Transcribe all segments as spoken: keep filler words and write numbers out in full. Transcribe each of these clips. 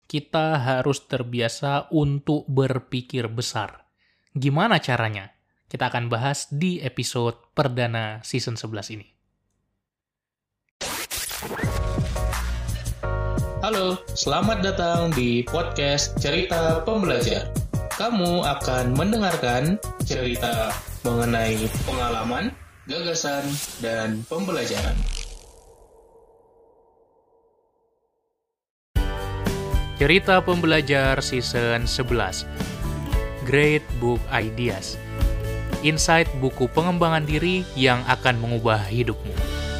kita harus terbiasa untuk berpikir besar. Gimana caranya? Kita akan bahas di episode perdana season sebelas ini. Halo, selamat datang di podcast Cerita Pembelajar. Kamu akan mendengarkan cerita mengenai pengalaman, gagasan, dan pembelajaran. Cerita Pembelajar Season sebelas, Great Book Ideas, Insight buku pengembangan diri yang akan mengubah hidupmu.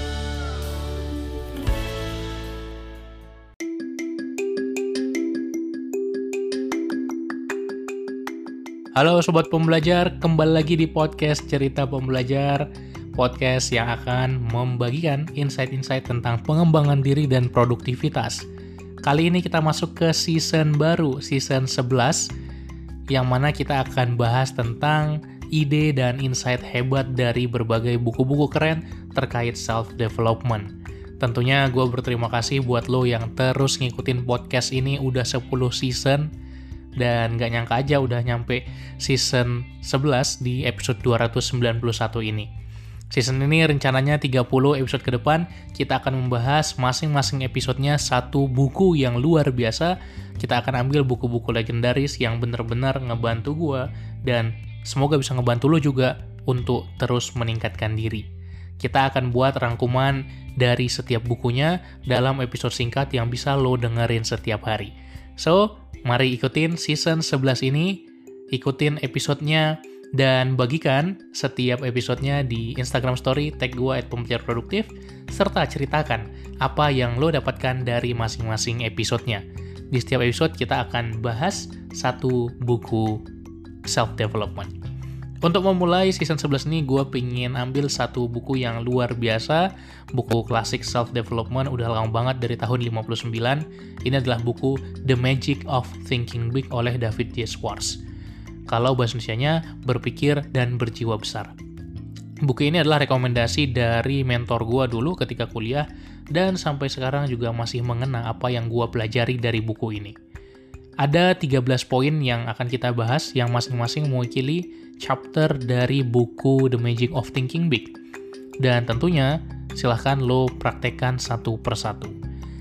Halo Sobat Pembelajar, kembali lagi di podcast Cerita Pembelajar, podcast yang akan membagikan insight-insight tentang pengembangan diri dan produktivitas. Kali ini kita masuk ke season baru, season sebelas, yang mana kita akan bahas tentang ide dan insight hebat dari berbagai buku-buku keren terkait self-development. Tentunya gue berterima kasih buat lo yang terus ngikutin podcast ini udah sepuluh season, dan gak nyangka aja udah nyampe season sebelas di episode dua ratus sembilan puluh satu ini. Season ini rencananya tiga puluh episode ke depan, kita akan membahas masing-masing episodenya satu buku yang luar biasa. Kita akan ambil buku-buku legendaris yang benar-benar ngebantu gue, dan semoga bisa ngebantu lo juga untuk terus meningkatkan diri. Kita akan buat rangkuman dari setiap bukunya dalam episode singkat yang bisa lo dengerin setiap hari. So, mari ikutin season sebelas ini, ikutin episodenya, dan bagikan setiap episodenya di Instagram Story, tag gue at pembelajar produktif, serta ceritakan apa yang lo dapatkan dari masing-masing episodenya. Di setiap episode kita akan bahas satu buku self-development. Untuk memulai season sebelas ini, gue pengen ambil satu buku yang luar biasa, buku klasik self-development, udah lama banget dari tahun lima puluh sembilan. Ini adalah buku The Magic of Thinking Big oleh David J. Schwartz. Kalau bahasa Indonesianya, berpikir dan berjiwa besar. Buku ini adalah rekomendasi dari mentor gue dulu ketika kuliah, dan sampai sekarang juga masih mengena apa yang gue pelajari dari buku ini. Ada tiga belas poin yang akan kita bahas, yang masing-masing mewakili chapter dari buku The Magic of Thinking Big. Dan tentunya, silahkan lo praktekkan satu persatu.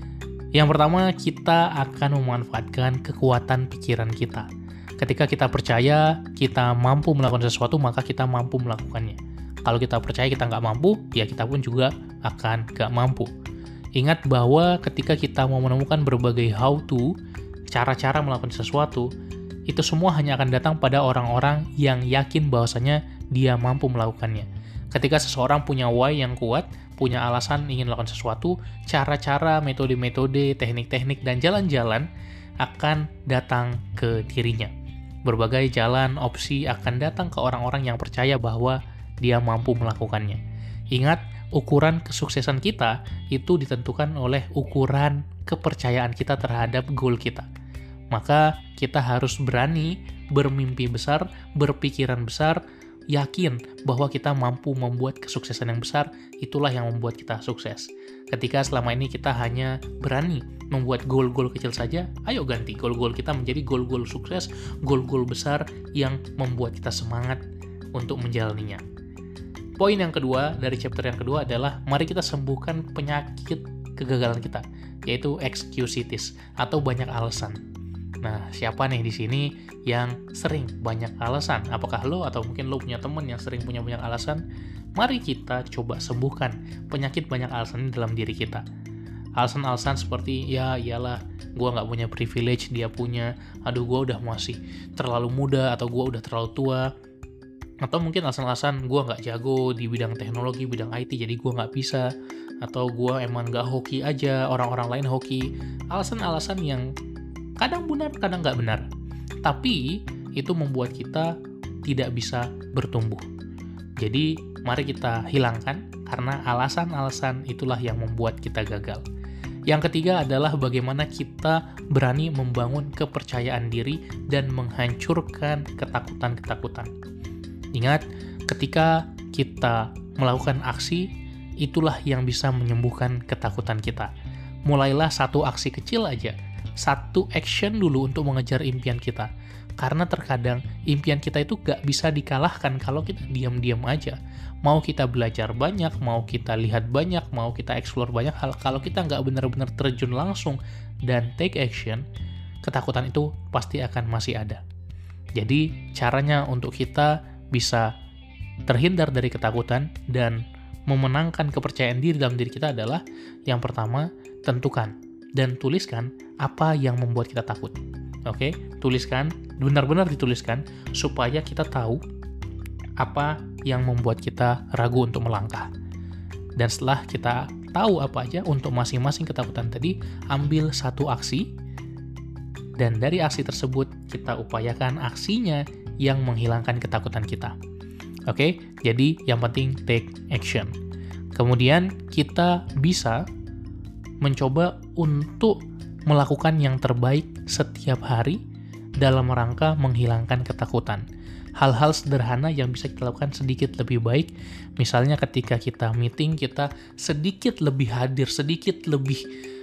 Yang pertama, kita akan memanfaatkan kekuatan pikiran kita. Ketika kita percaya kita mampu melakukan sesuatu, maka kita mampu melakukannya. Kalau kita percaya kita nggak mampu, ya kita pun juga akan nggak mampu. Ingat bahwa ketika kita mau menemukan berbagai how to, cara-cara melakukan sesuatu, itu semua hanya akan datang pada orang-orang yang yakin bahwasanya dia mampu melakukannya. Ketika seseorang punya why yang kuat, punya alasan ingin melakukan sesuatu, cara-cara, metode-metode, teknik-teknik, dan jalan-jalan akan datang ke dirinya. Berbagai jalan, opsi akan datang ke orang-orang yang percaya bahwa dia mampu melakukannya. Ingat, ukuran kesuksesan kita itu ditentukan oleh ukuran kepercayaan kita terhadap goal kita. Maka kita harus berani bermimpi besar, berpikiran besar, yakin bahwa kita mampu membuat kesuksesan yang besar, itulah yang membuat kita sukses. Ketika selama ini kita hanya berani membuat goal-goal kecil saja, ayo ganti goal-goal kita menjadi goal-goal sukses, goal-goal besar yang membuat kita semangat untuk menjalaninya. Poin yang kedua dari chapter yang kedua adalah mari kita sembuhkan penyakit kegagalan kita, yaitu excusitis atau banyak alasan. Nah, siapa nih di sini yang sering banyak alasan? Apakah lo atau mungkin lo punya teman yang sering punya banyak alasan? Mari kita coba sembuhkan penyakit banyak alasan dalam diri kita. Alasan-alasan seperti, ya iyalah, gue gak punya privilege, dia punya, aduh gue udah masih terlalu muda, atau gue udah terlalu tua, atau mungkin alasan-alasan gue gak jago di bidang teknologi, bidang I T, jadi gue gak bisa, atau gue emang gak hoki aja, orang-orang lain hoki. Alasan-alasan yang kadang benar, kadang gak benar. Tapi, itu membuat kita tidak bisa bertumbuh. Jadi, mari kita hilangkan, karena alasan-alasan itulah yang membuat kita gagal. Yang ketiga adalah bagaimana kita berani membangun kepercayaan diri dan menghancurkan ketakutan-ketakutan. Ingat, ketika kita melakukan aksi, itulah yang bisa menyembuhkan ketakutan kita. Mulailah satu aksi kecil aja. satu action dulu untuk mengejar impian kita. Karena terkadang impian kita itu gak bisa dikalahkan kalau kita diam-diam aja. Mau kita belajar banyak, mau kita lihat banyak, mau kita explore banyak hal, kalau kita gak benar-benar terjun langsung dan take action, ketakutan itu pasti akan masih ada. Jadi caranya untuk kita bisa terhindar dari ketakutan dan memenangkan kepercayaan diri dalam diri kita adalah yang pertama, tentukan dan tuliskan apa yang membuat kita takut. Oke, tuliskan, benar-benar dituliskan supaya kita tahu apa yang membuat kita ragu untuk melangkah. Dan setelah kita tahu apa aja untuk masing-masing ketakutan tadi, ambil satu aksi, dan dari aksi tersebut kita upayakan aksinya yang menghilangkan ketakutan kita. Oke, jadi yang penting take action. Kemudian kita bisa mencoba untuk melakukan yang terbaik setiap hari dalam rangka menghilangkan ketakutan. Hal-hal sederhana yang bisa kita lakukan sedikit lebih baik, misalnya ketika kita meeting, kita sedikit lebih hadir, sedikit lebih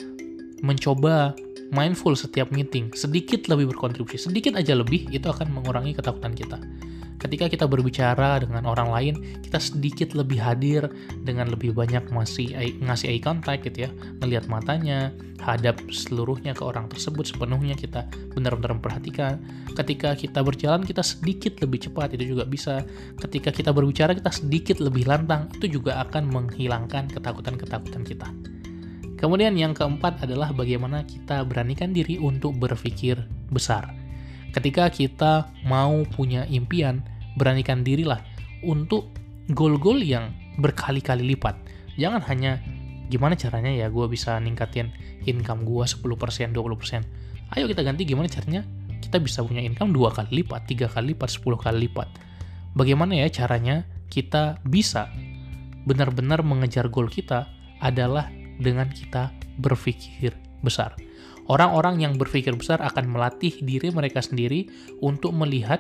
mencoba mindful setiap meeting, sedikit lebih berkontribusi, sedikit aja lebih, itu akan mengurangi ketakutan kita. Ketika kita berbicara dengan orang lain, kita sedikit lebih hadir dengan lebih banyak masih ngasih eye contact gitu ya, ngelihat matanya, hadap seluruhnya ke orang tersebut sepenuhnya, kita benar-benar memperhatikan. Ketika kita berjalan, kita sedikit lebih cepat, itu juga bisa. Ketika kita berbicara, kita sedikit lebih lantang, itu juga akan menghilangkan ketakutan-ketakutan kita. Kemudian yang keempat adalah bagaimana kita beranikan diri untuk berpikir besar. Ketika kita mau punya impian, beranikan dirilah untuk goal-goal yang berkali-kali lipat. Jangan hanya gimana caranya ya gue bisa ningkatin income gue sepuluh persen, dua puluh persen. Ayo kita ganti gimana caranya kita bisa punya income dua kali lipat, tiga kali lipat, sepuluh kali lipat. Bagaimana ya caranya kita bisa benar-benar mengejar goal kita adalah dengan kita berpikir besar. Orang-orang yang berpikir besar akan melatih diri mereka sendiri untuk melihat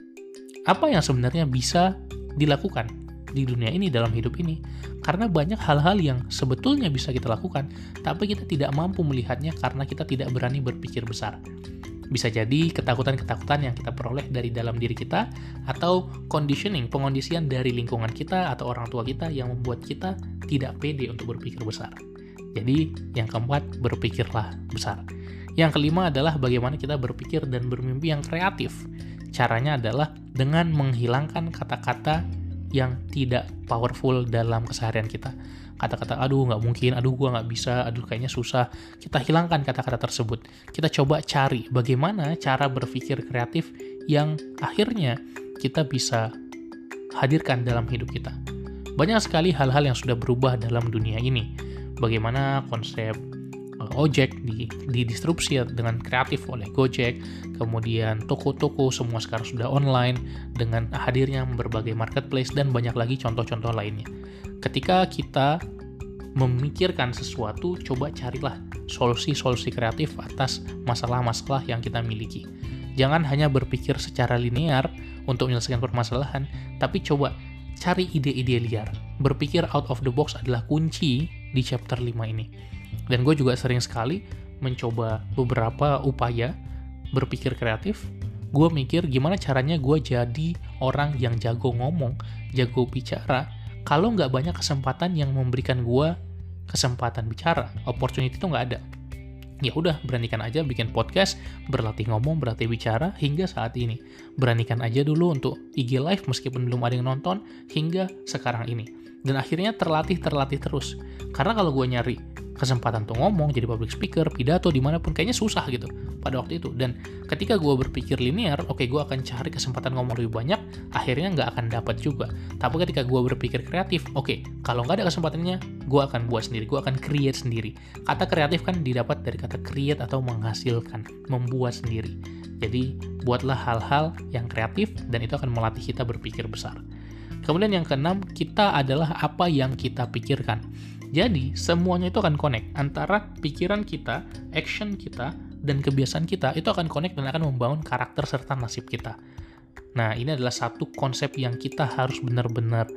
apa yang sebenarnya bisa dilakukan di dunia ini, dalam hidup ini. Karena banyak hal-hal yang sebetulnya bisa kita lakukan, tapi kita tidak mampu melihatnya karena kita tidak berani berpikir besar. Bisa jadi ketakutan-ketakutan yang kita peroleh dari dalam diri kita, atau conditioning, pengondisian dari lingkungan kita atau orang tua kita yang membuat kita tidak pede untuk berpikir besar. Jadi yang keempat, berpikirlah besar. Yang kelima adalah bagaimana kita berpikir dan bermimpi yang kreatif. Caranya adalah dengan menghilangkan kata-kata yang tidak powerful dalam keseharian kita. Kata-kata, aduh nggak mungkin, aduh gua nggak bisa, aduh kayaknya susah. Kita hilangkan kata-kata tersebut. Kita coba cari bagaimana cara berpikir kreatif yang akhirnya kita bisa hadirkan dalam hidup kita. Banyak sekali hal-hal yang sudah berubah dalam dunia ini. Bagaimana konsep uh, ojek di, didistribusi dengan kreatif oleh Gojek, kemudian toko-toko semua sekarang sudah online dengan hadirnya berbagai marketplace dan banyak lagi contoh-contoh lainnya. Ketika kita memikirkan sesuatu, coba carilah solusi-solusi kreatif atas masalah-masalah yang kita miliki. Jangan hanya berpikir secara linear untuk menyelesaikan permasalahan, tapi coba cari ide-ide liar. Berpikir out of the box adalah kunci di chapter lima ini. Dan gue juga sering sekali mencoba beberapa upaya berpikir kreatif. Gue mikir gimana caranya gue jadi orang yang jago ngomong, jago bicara, kalau nggak banyak kesempatan yang memberikan gue kesempatan bicara. Opportunity itu nggak ada. Ya udah, beranikan aja bikin podcast, berlatih ngomong, berlatih bicara hingga saat ini. Beranikan aja dulu untuk I G live meskipun belum ada yang nonton hingga sekarang ini. Dan akhirnya terlatih terlatih terus. Karena kalau gue nyari kesempatan untuk ngomong, jadi public speaker, pidato dimanapun, kayaknya susah gitu pada waktu itu. Dan ketika gue berpikir linear, oke okay, gue akan cari kesempatan ngomong lebih banyak, akhirnya nggak akan dapat juga. Tapi ketika gue berpikir kreatif, oke, okay, kalau nggak ada kesempatannya, gue akan buat sendiri, gue akan create sendiri. Kata kreatif kan didapat dari kata create atau menghasilkan, membuat sendiri. Jadi buatlah hal-hal yang kreatif dan itu akan melatih kita berpikir besar. Kemudian yang keenam, kita adalah apa yang kita pikirkan. Jadi, semuanya itu akan connect. Antara pikiran kita, action kita, dan kebiasaan kita, itu akan connect dan akan membangun karakter serta nasib kita. Nah, ini adalah satu konsep yang kita harus benar-benar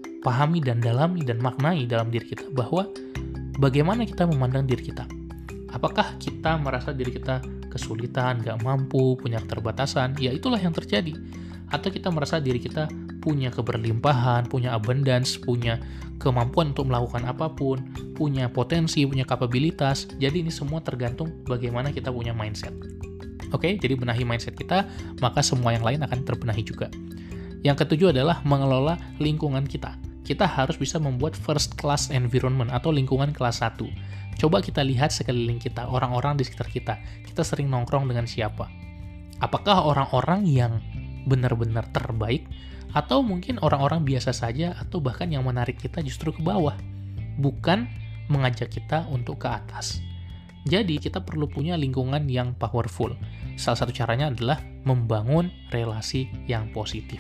pahami dan dalami dan maknai dalam diri kita, bahwa bagaimana kita memandang diri kita. Apakah kita merasa diri kita kesulitan, gak mampu, punya keterbatasan? Ya itulah yang terjadi. Atau kita merasa diri kita punya keberlimpahan, punya abundance, punya kemampuan untuk melakukan apapun, punya potensi, punya kapabilitas. Jadi ini semua tergantung bagaimana kita punya mindset. Oke, jadi benahi mindset kita, maka semua yang lain akan terbenahi juga. Yang ketujuh adalah mengelola lingkungan kita. Kita harus bisa membuat first class environment atau lingkungan kelas satu. Coba kita lihat sekeliling kita, orang-orang di sekitar kita. Kita sering nongkrong dengan siapa? Apakah orang-orang yang benar-benar terbaik? Atau mungkin orang-orang biasa saja, atau bahkan yang menarik kita justru ke bawah? Bukan mengajak kita untuk ke atas. Jadi kita perlu punya lingkungan yang powerful. Salah satu caranya adalah membangun relasi yang positif.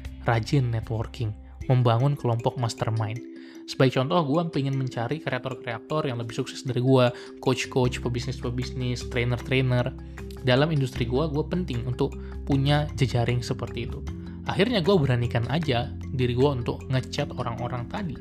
Rajin networking, membangun kelompok mastermind. Sebagai contoh, gue pengen mencari kreator-kreator yang lebih sukses dari gue, coach-coach, pebisnis-pebisnis, trainer-trainer. Dalam industri gue, gue penting untuk punya jejaring seperti itu. Akhirnya gue beranikan aja diri gue untuk ngechat orang-orang tadi.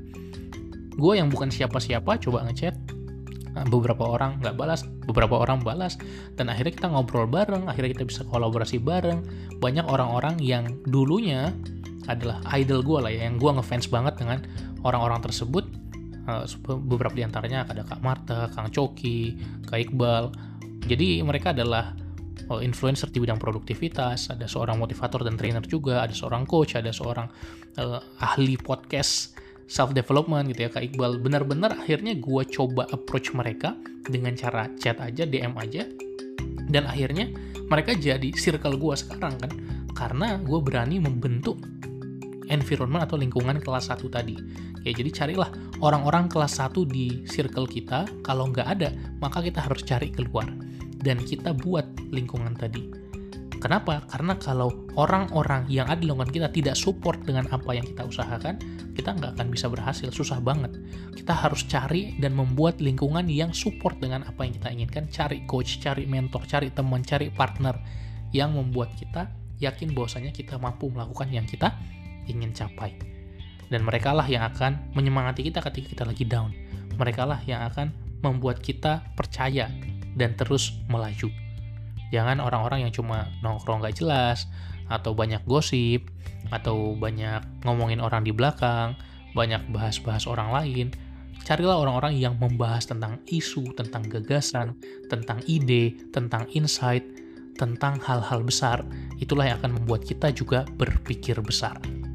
Gue yang bukan siapa-siapa, coba ngechat. Beberapa orang nggak balas, beberapa orang balas. Dan akhirnya kita ngobrol bareng, akhirnya kita bisa kolaborasi bareng. Banyak orang-orang yang dulunya adalah idol gue lah ya, yang gue ngefans banget dengan orang-orang tersebut. Uh, beberapa diantaranya ada Kak Marta, Kang Coki, Kak Iqbal. Jadi mereka adalah uh, influencer di bidang produktivitas, ada seorang motivator dan trainer juga, ada seorang coach, ada seorang uh, ahli podcast self-development gitu ya, Kak Iqbal. Benar-benar akhirnya gue coba approach mereka dengan cara chat aja, D M aja. Dan akhirnya mereka jadi circle gue sekarang kan, karena gue berani membentuk environment atau lingkungan kelas satu tadi. Ya, jadi carilah orang-orang kelas satu di circle kita. Kalau nggak ada, maka kita harus cari keluar. Dan kita buat lingkungan tadi. Kenapa? Karena kalau orang-orang yang ada di lingkungan kita tidak support dengan apa yang kita usahakan, kita nggak akan bisa berhasil. Susah banget. Kita harus cari dan membuat lingkungan yang support dengan apa yang kita inginkan. Cari coach, cari mentor, cari teman, cari partner yang membuat kita yakin bahwasanya kita mampu melakukan yang kita ingin capai. Dan mereka lah yang akan menyemangati kita ketika kita lagi down. Mereka lah yang akan membuat kita percaya dan terus melaju. Jangan orang-orang yang cuma nongkrong gak jelas, atau banyak gosip, atau banyak ngomongin orang di belakang, banyak bahas-bahas orang lain. Carilah orang-orang yang membahas tentang isu, tentang gagasan, tentang ide, tentang insight, tentang hal-hal besar. Itulah yang akan membuat kita juga berpikir besar.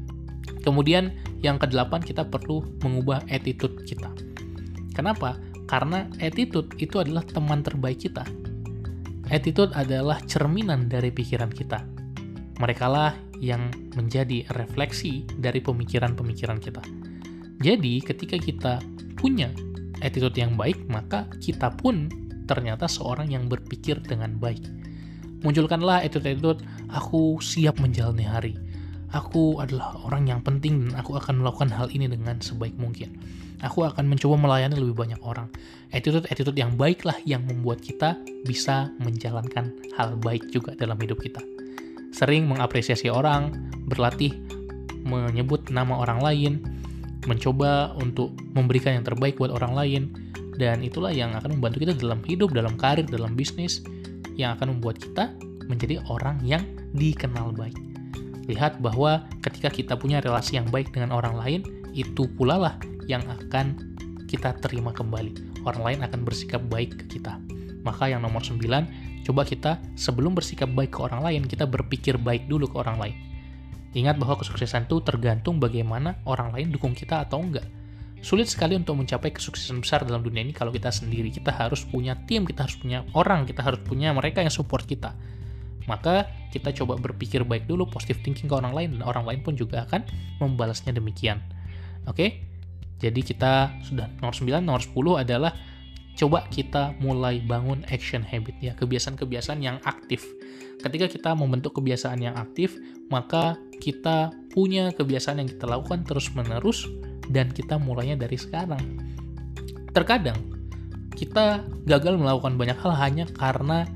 Kemudian yang kedelapan, kita perlu mengubah attitude kita. Kenapa? Karena attitude itu adalah teman terbaik kita. Attitude adalah cerminan dari pikiran kita. Merekalah yang menjadi refleksi dari pemikiran-pemikiran kita. Jadi ketika kita punya attitude yang baik, maka kita pun ternyata seorang yang berpikir dengan baik. Munculkanlah attitude-attitude, aku siap menjalani hari. Aku adalah orang yang penting dan aku akan melakukan hal ini dengan sebaik mungkin. Aku akan mencoba melayani lebih banyak orang. Attitude-attitude yang baiklah yang membuat kita bisa menjalankan hal baik juga dalam hidup kita. Sering mengapresiasi orang, berlatih menyebut nama orang lain, mencoba untuk memberikan yang terbaik buat orang lain, dan itulah yang akan membantu kita dalam hidup, dalam karir, dalam bisnis, yang akan membuat kita menjadi orang yang dikenal baik. Lihat bahwa ketika kita punya relasi yang baik dengan orang lain, itu pula lah yang akan kita terima kembali. Orang lain akan bersikap baik ke kita. Maka yang nomor sembilan, coba kita sebelum bersikap baik ke orang lain, kita berpikir baik dulu ke orang lain. Ingat bahwa kesuksesan itu tergantung bagaimana orang lain dukung kita atau enggak. Sulit sekali untuk mencapai kesuksesan besar dalam dunia ini kalau kita sendiri. Kita harus punya tim, kita harus punya orang, kita harus punya mereka yang support kita. Maka kita coba berpikir baik dulu, positive thinking ke orang lain, dan orang lain pun juga akan membalasnya demikian. Oke? Jadi kita sudah nomor sembilan, nomor sepuluh adalah coba kita mulai bangun action habit ya, kebiasaan-kebiasaan yang aktif. Ketika kita membentuk kebiasaan yang aktif, maka kita punya kebiasaan yang kita lakukan terus-menerus dan kita mulainya dari sekarang. Terkadang kita gagal melakukan banyak hal hanya karena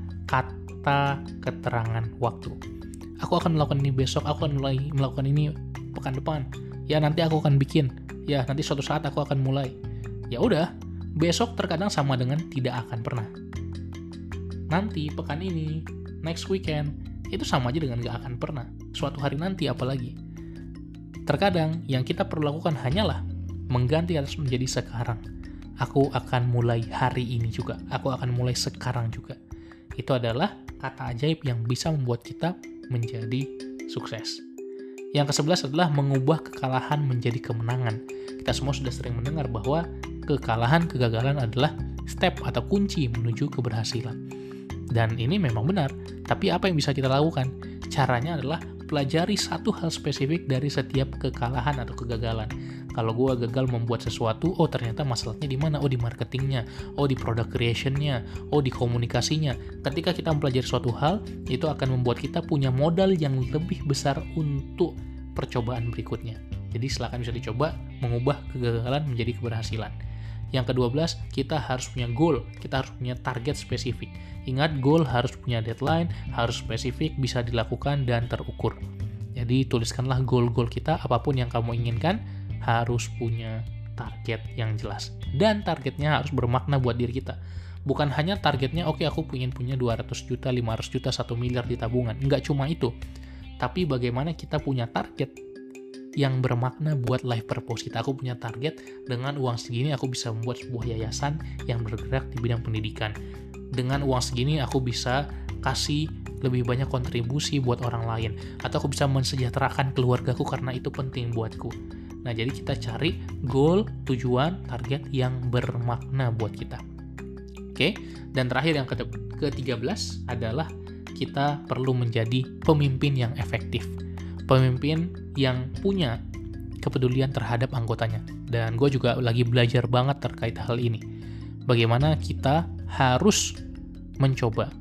kata keterangan waktu. Aku akan melakukan ini besok, aku akan mulai melakukan ini pekan depan. Ya nanti aku akan bikin. Ya nanti suatu saat aku akan mulai. Ya udah, besok terkadang sama dengan tidak akan pernah. nanti, pekan ini, next weekend, itu sama aja dengan gak akan pernah. Suatu hari nanti apalagi. Terkadang yang kita perlu lakukan hanyalah mengganti atas menjadi sekarang. Aku akan mulai hari ini juga. Aku akan mulai sekarang juga. Itu adalah kata ajaib yang bisa membuat kita menjadi sukses. Yang kesebelas adalah mengubah kekalahan menjadi kemenangan. Kita semua sudah sering mendengar bahwa kekalahan, kegagalan adalah step atau kunci menuju keberhasilan. Dan ini memang benar. Tapi apa yang bisa kita lakukan? Caranya adalah pelajari satu hal spesifik dari setiap kekalahan atau kegagalan. Kalau gue gagal membuat sesuatu, oh ternyata masalahnya di mana? Oh di marketingnya, oh di product creationnya, oh di komunikasinya. Ketika kita mempelajari suatu hal, itu akan membuat kita punya modal yang lebih besar untuk percobaan berikutnya. Jadi silakan bisa dicoba mengubah kegagalan menjadi keberhasilan. Yang kedua belas, kita harus punya goal, kita harus punya target spesifik. Ingat, goal harus punya deadline, harus spesifik, bisa dilakukan dan terukur. Jadi tuliskanlah goal-goal kita, apapun yang kamu inginkan, harus punya target yang jelas. Dan targetnya harus bermakna buat diri kita. Bukan hanya targetnya, oke okay, aku ingin punya dua ratus juta, lima ratus juta, satu miliar di tabungan. Enggak cuma itu. Tapi bagaimana kita punya target yang bermakna buat life purpose kita. Aku punya target, dengan uang segini aku bisa membuat sebuah yayasan yang bergerak di bidang pendidikan. Dengan uang segini aku bisa kasih lebih banyak kontribusi buat orang lain. Atau aku bisa mensejahterakan keluargaku karena itu penting buatku. Nah, jadi kita cari goal, tujuan, target yang bermakna buat kita. Oke, dan terakhir yang ke tiga belas adalah kita perlu menjadi pemimpin yang efektif. Pemimpin yang punya kepedulian terhadap anggotanya. Dan gue juga lagi belajar banget terkait hal ini. Bagaimana kita harus mencoba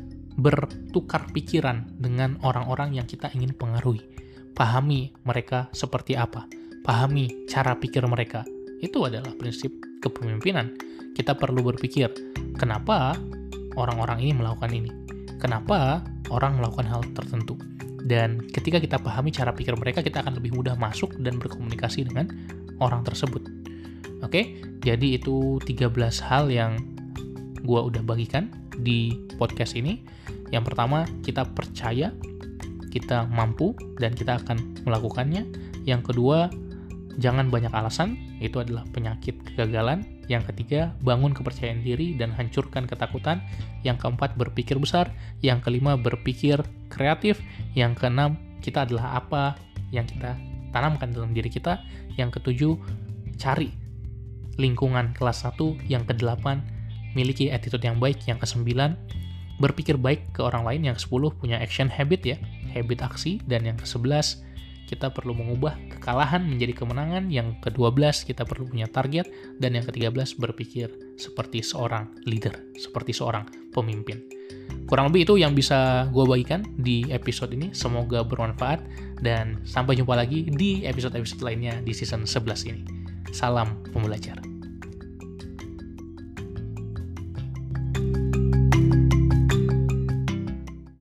bertukar pikiran dengan orang-orang yang kita ingin pengaruhi. Pahami mereka seperti apa. Pahami cara pikir mereka. Itu adalah prinsip kepemimpinan. Kita perlu berpikir, kenapa orang-orang ini melakukan ini? Kenapa orang melakukan hal tertentu? Dan ketika kita pahami cara pikir mereka, kita akan lebih mudah masuk dan berkomunikasi dengan orang tersebut. Oke, jadi itu tiga belas hal yang gue udah bagikan di podcast ini. Yang pertama, kita percaya kita mampu dan kita akan melakukannya. Yang kedua, jangan banyak alasan, itu adalah penyakit kegagalan. Yang ketiga, bangun kepercayaan diri dan hancurkan ketakutan. Yang keempat, berpikir besar. Yang kelima, berpikir kreatif. Yang keenam, kita adalah apa yang kita tanamkan dalam diri kita. Yang ketujuh, cari lingkungan kelas satu. Yang kedelapan, miliki attitude yang baik. Yang kesembilan, berpikir baik ke orang lain. Yang kesepuluh, punya action habit ya, habit aksi. Dan yang kesebelas, kita perlu mengubah kekalahan menjadi kemenangan. Yang kedua belas, kita perlu punya target. Dan yang ketiga belas, berpikir seperti seorang leader, seperti seorang pemimpin. Kurang lebih itu yang bisa gue bagikan di episode ini. Semoga bermanfaat. Dan sampai jumpa lagi di episode-episode lainnya di season sebelas ini. Salam pembelajar.